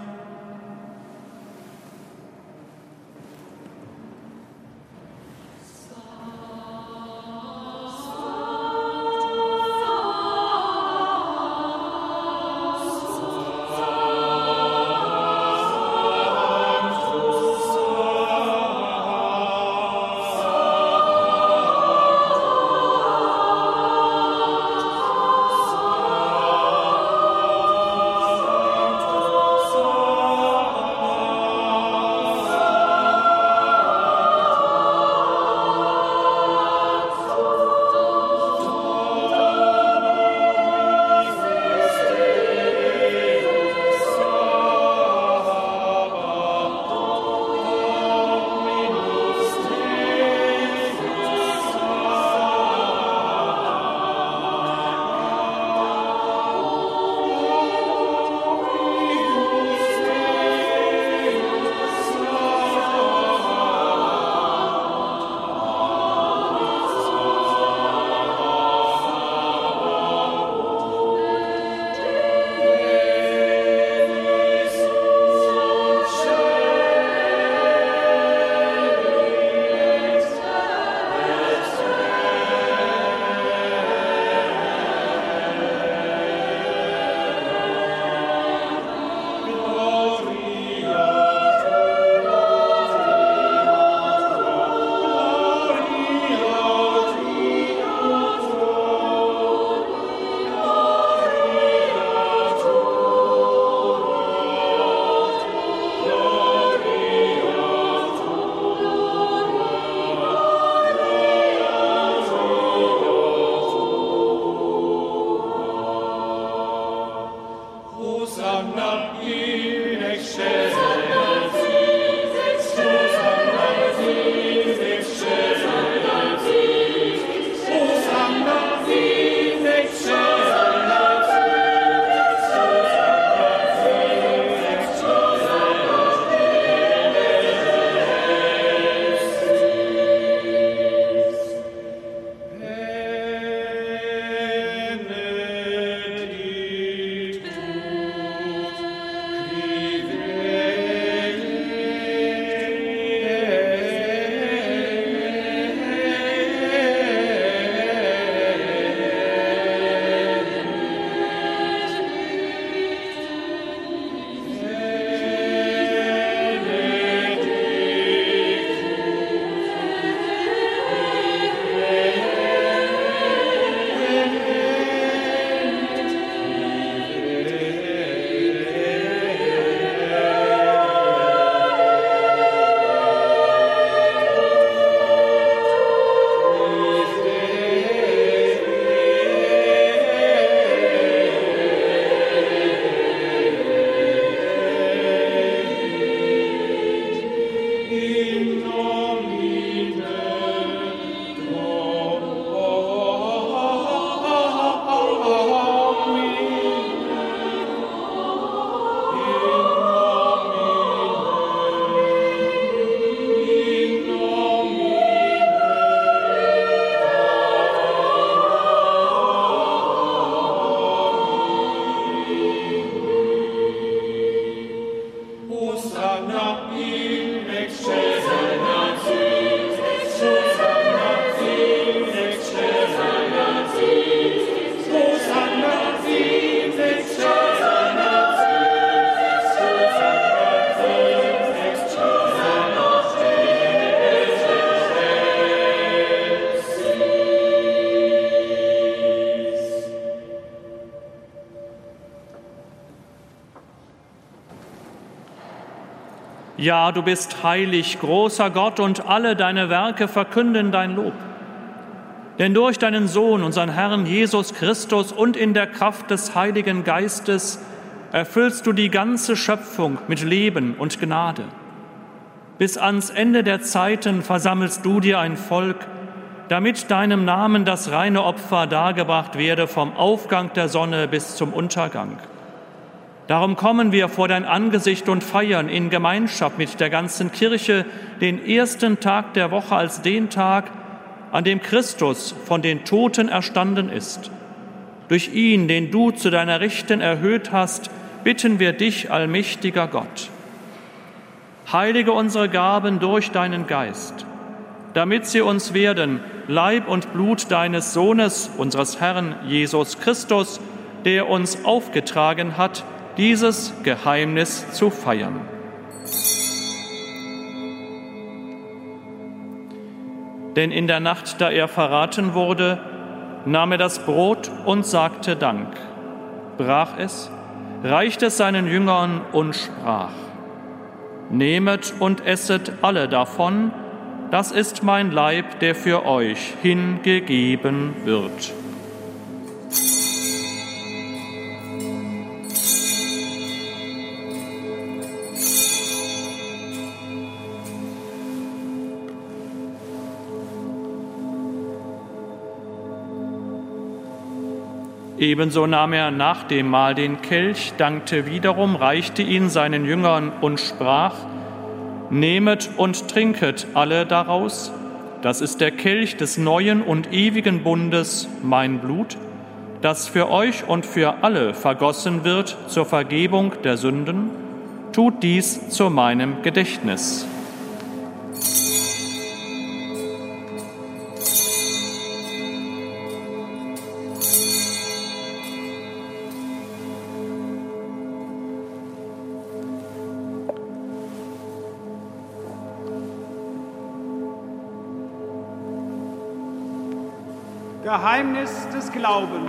Benedictus, qui Ja, du bist heilig, großer Gott, und alle deine Werke verkünden dein Lob. Denn durch deinen Sohn, unseren Herrn Jesus Christus, und in der Kraft des Heiligen Geistes erfüllst du die ganze Schöpfung mit Leben und Gnade. Bis ans Ende der Zeiten versammelst du dir ein Volk, damit deinem Namen das reine Opfer dargebracht werde vom Aufgang der Sonne bis zum Untergang. Darum kommen wir vor dein Angesicht und feiern in Gemeinschaft mit der ganzen Kirche den ersten Tag der Woche als den Tag, an dem Christus von den Toten erstanden ist. Durch ihn, den du zu deiner Rechten erhöht hast, bitten wir dich, allmächtiger Gott. Heilige unsere Gaben durch deinen Geist, damit sie uns werden, Leib und Blut deines Sohnes, unseres Herrn Jesus Christus, der uns aufgetragen hat, dieses Geheimnis zu feiern. Denn in der Nacht, da er verraten wurde, nahm er das Brot und sagte Dank, brach es, reichte es seinen Jüngern und sprach: Nehmet und esset alle davon, das ist mein Leib, der für euch hingegeben wird. Ebenso nahm er nach dem Mahl den Kelch, dankte wiederum, reichte ihn seinen Jüngern und sprach: Nehmet und trinket alle daraus, das ist der Kelch des neuen und ewigen Bundes, mein Blut, das für euch und für alle vergossen wird zur Vergebung der Sünden. Tut dies zu meinem Gedächtnis. Geheimnis des Glaubens.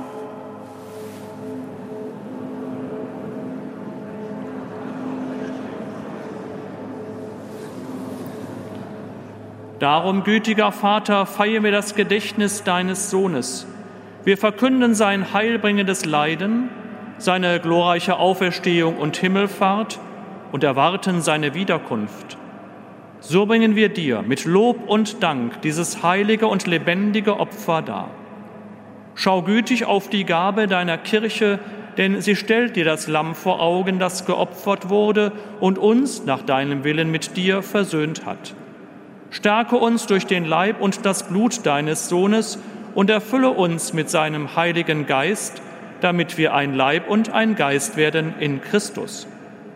Darum, gütiger Vater, feiern wir das Gedächtnis deines Sohnes. Wir verkünden sein heilbringendes Leiden, seine glorreiche Auferstehung und Himmelfahrt und erwarten seine Wiederkunft. So bringen wir dir mit Lob und Dank dieses heilige und lebendige Opfer dar. Schau gütig auf die Gabe deiner Kirche, denn sie stellt dir das Lamm vor Augen, das geopfert wurde und uns nach deinem Willen mit dir versöhnt hat. Stärke uns durch den Leib und das Blut deines Sohnes und erfülle uns mit seinem Heiligen Geist, damit wir ein Leib und ein Geist werden in Christus.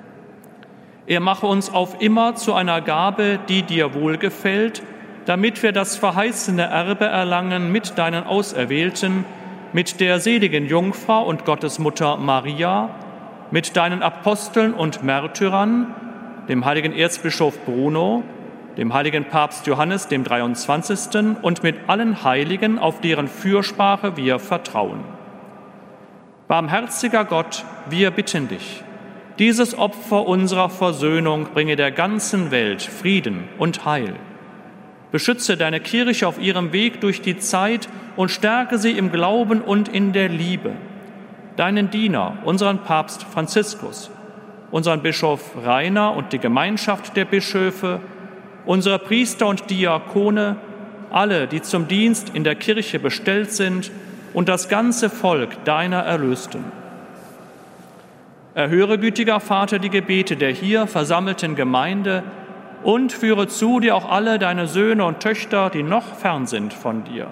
Er mache uns auf immer zu einer Gabe, die dir wohlgefällt, damit wir das verheißene Erbe erlangen mit deinen Auserwählten, mit der seligen Jungfrau und Gottesmutter Maria, mit deinen Aposteln und Märtyrern, dem heiligen Erzbischof Bruno, dem heiligen Papst Johannes dem dreiundzwanzigsten und mit allen Heiligen, auf deren Fürsprache wir vertrauen. Barmherziger Gott, wir bitten dich, dieses Opfer unserer Versöhnung bringe der ganzen Welt Frieden und Heil. Beschütze deine Kirche auf ihrem Weg durch die Zeit und stärke sie im Glauben und in der Liebe. Deinen Diener, unseren Papst Franziskus, unseren Bischof Rainer und die Gemeinschaft der Bischöfe, unsere Priester und Diakone, alle, die zum Dienst in der Kirche bestellt sind, und das ganze Volk deiner Erlösten. Erhöre, gütiger Vater, die Gebete der hier versammelten Gemeinde und führe zu dir auch alle deine Söhne und Töchter, die noch fern sind von dir.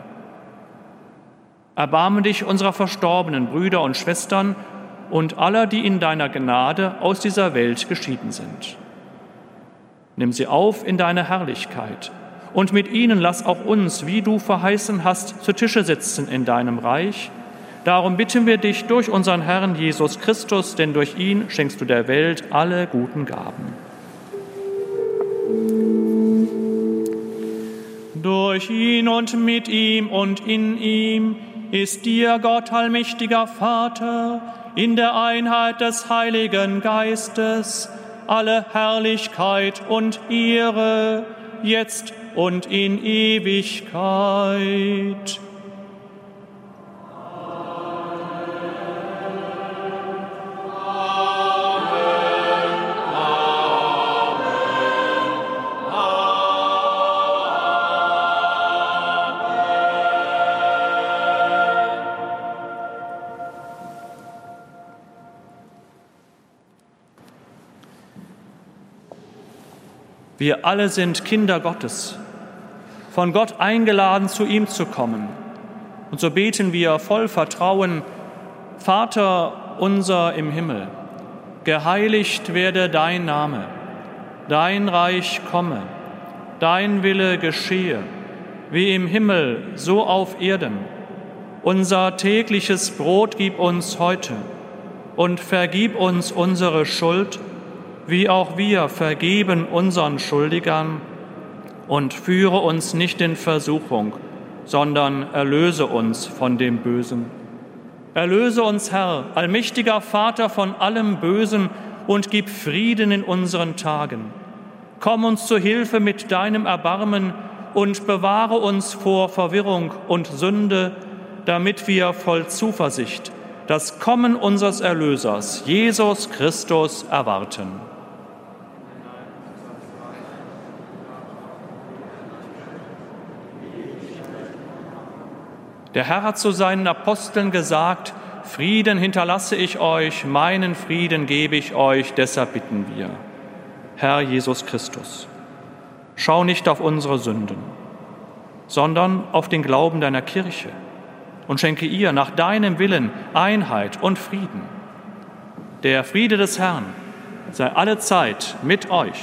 Erbarme dich unserer verstorbenen Brüder und Schwestern und aller, die in deiner Gnade aus dieser Welt geschieden sind. Nimm sie auf in deine Herrlichkeit und mit ihnen lass auch uns, wie du verheißen hast, zu Tische sitzen in deinem Reich. Darum bitten wir dich durch unseren Herrn Jesus Christus, denn durch ihn schenkst du der Welt alle guten Gaben. Durch ihn und mit ihm und in ihm ist dir, Gott allmächtiger Vater, in der Einheit des Heiligen Geistes, alle Herrlichkeit und Ehre, jetzt und in Ewigkeit. Wir alle sind Kinder Gottes, von Gott eingeladen, zu ihm zu kommen. Und so beten wir voll Vertrauen: Vater unser im Himmel, geheiligt werde dein Name, dein Reich komme, dein Wille geschehe, wie im Himmel, so auf Erden. Unser tägliches Brot gib uns heute und vergib uns unsere Schuld, wie auch wir vergeben unseren Schuldigern, und führe uns nicht in Versuchung, sondern erlöse uns von dem Bösen. Erlöse uns, Herr, allmächtiger Vater, von allem Bösen und gib Frieden in unseren Tagen. Komm uns zu Hilfe mit deinem Erbarmen und bewahre uns vor Verwirrung und Sünde, damit wir voll Zuversicht das Kommen unseres Erlösers, Jesus Christus, erwarten. Der Herr hat zu seinen Aposteln gesagt: Frieden hinterlasse ich euch, meinen Frieden gebe ich euch. Deshalb bitten wir: Herr Jesus Christus, schau nicht auf unsere Sünden, sondern auf den Glauben deiner Kirche und schenke ihr nach deinem Willen Einheit und Frieden. Der Friede des Herrn sei allezeit mit euch.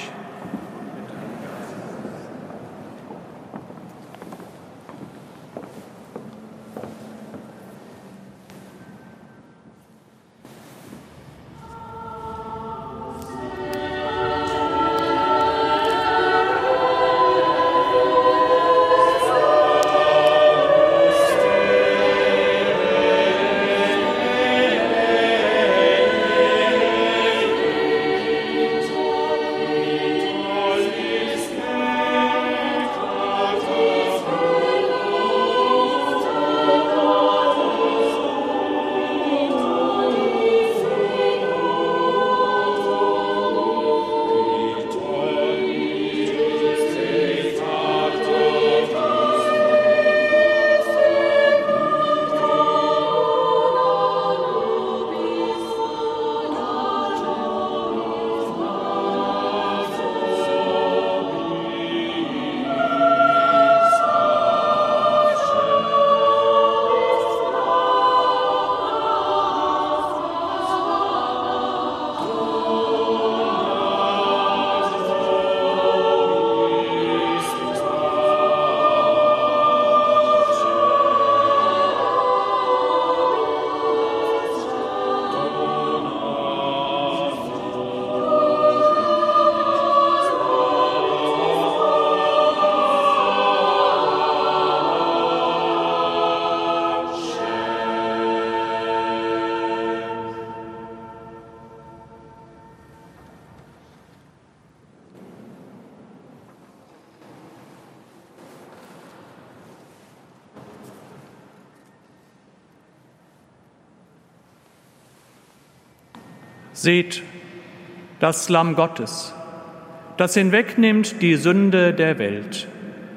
Seht, das Lamm Gottes, das hinwegnimmt die Sünde der Welt.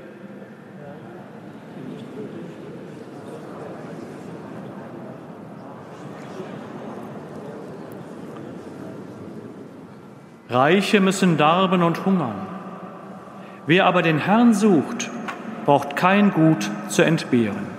Reiche müssen darben und hungern. Wer aber den Herrn sucht, braucht kein Gut zu entbehren.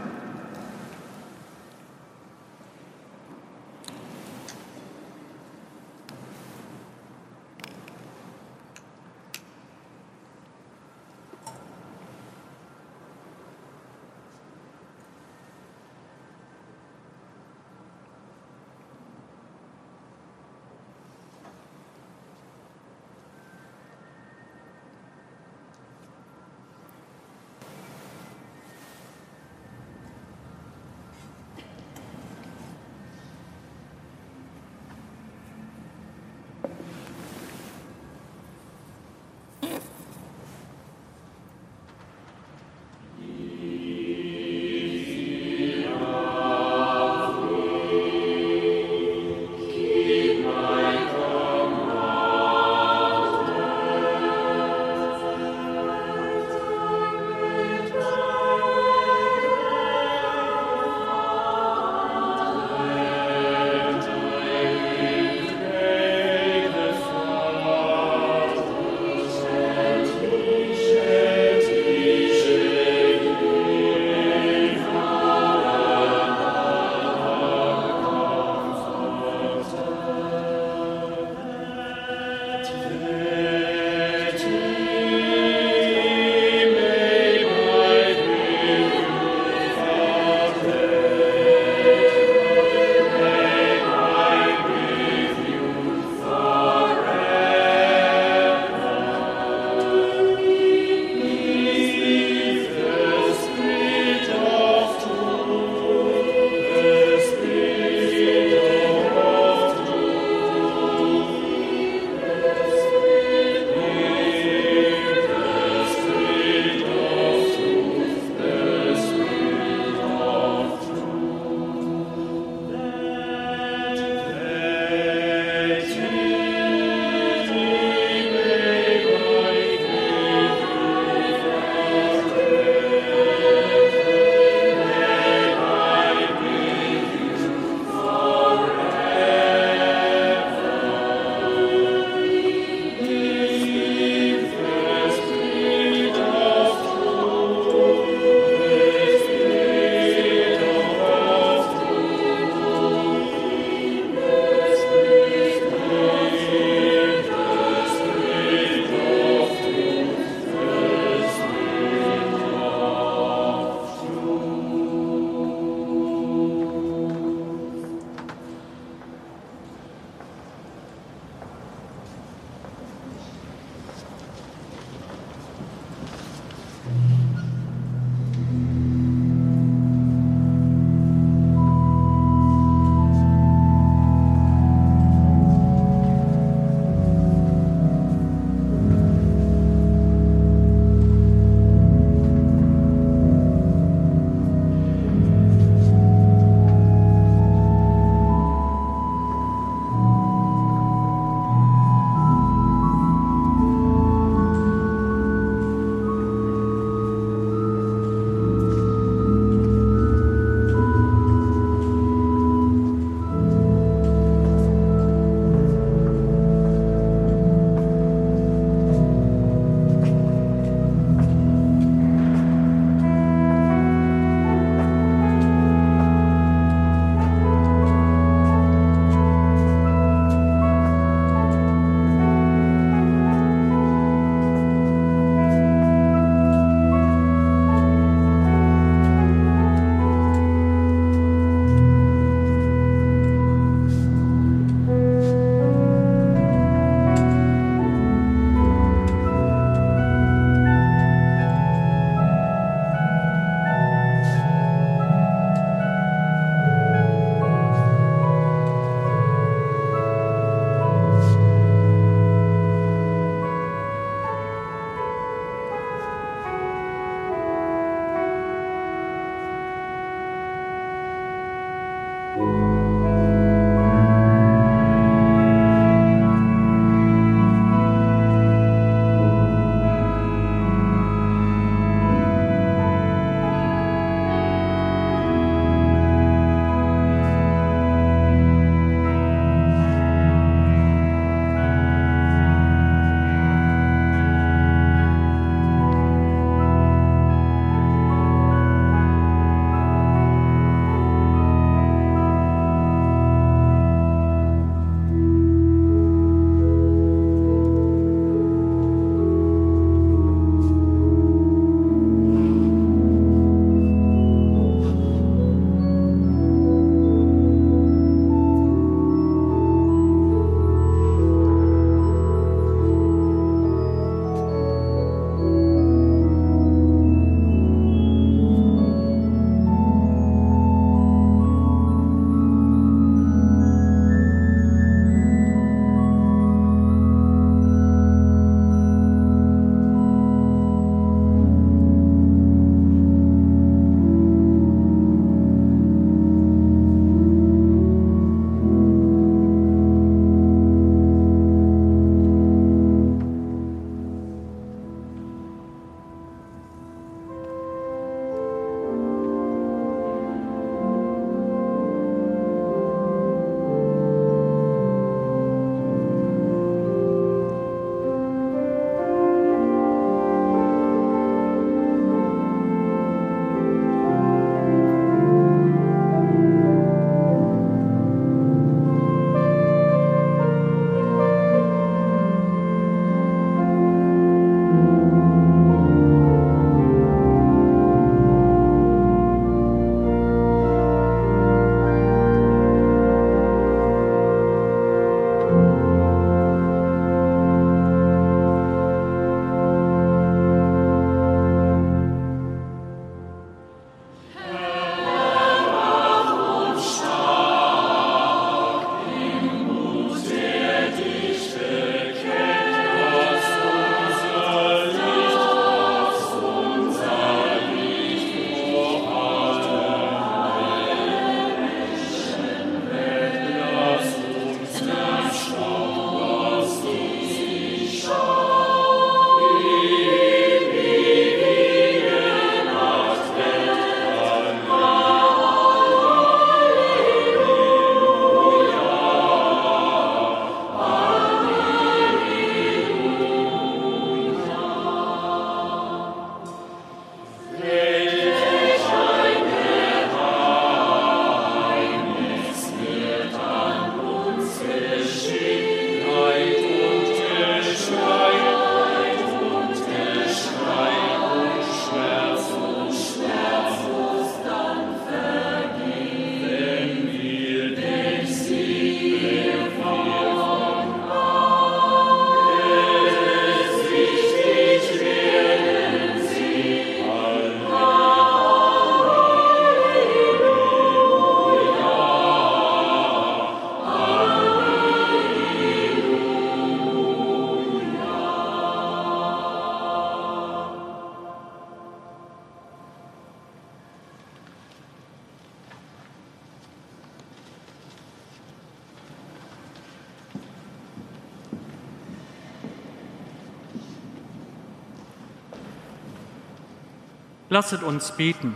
Lasset uns beten.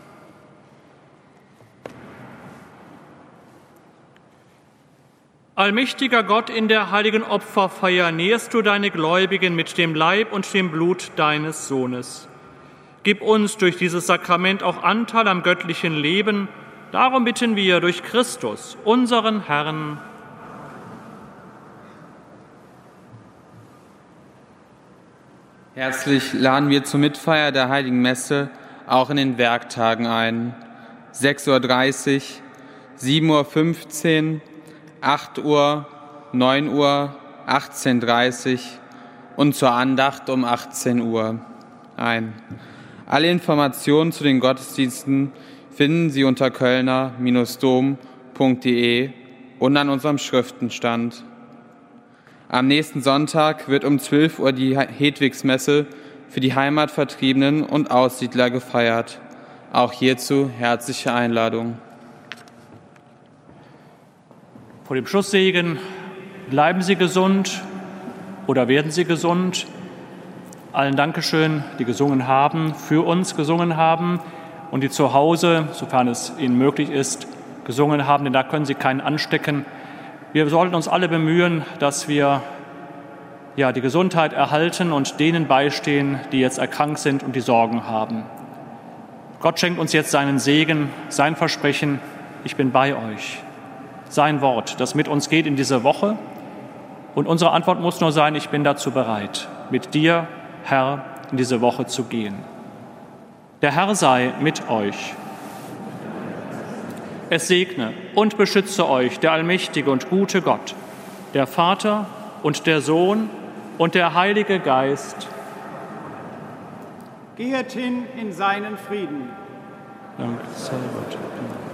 Allmächtiger Gott, in der heiligen Opferfeier nährst du deine Gläubigen mit dem Leib und dem Blut deines Sohnes. Gib uns durch dieses Sakrament auch Anteil am göttlichen Leben. Darum bitten wir durch Christus, unseren Herrn. Herzlich laden wir zur Mitfeier der Heiligen Messe auch in den Werktagen ein. sechs Uhr dreißig, sieben Uhr fünfzehn, acht Uhr, neun Uhr, achtzehn Uhr dreißig und zur Andacht um achtzehn Uhr ein. Alle Informationen zu den Gottesdiensten finden Sie unter kölner Dom punkt de und an unserem Schriftenstand. Am nächsten Sonntag wird um zwölf Uhr die Hedwigsmesse für die Heimatvertriebenen und Aussiedler gefeiert. Auch hierzu herzliche Einladung. Vor dem Schlusssegen bleiben Sie gesund oder werden Sie gesund. Allen Dankeschön, die gesungen haben, für uns gesungen haben und die zu Hause, sofern es Ihnen möglich ist, gesungen haben, denn da können Sie keinen anstecken. Wir sollten uns alle bemühen, dass wir ja, die Gesundheit erhalten und denen beistehen, die jetzt erkrankt sind und die Sorgen haben. Gott schenkt uns jetzt seinen Segen, sein Versprechen, ich bin bei euch. Sein Wort, das mit uns geht in diese Woche. Und unsere Antwort muss nur sein, ich bin dazu bereit, mit dir, Herr, in diese Woche zu gehen. Der Herr sei mit euch. Es segne und beschütze euch der allmächtige und gute Gott, der Vater und der Sohn und der Heilige Geist. Geht hin in seinen Frieden. Danke, sei Gott.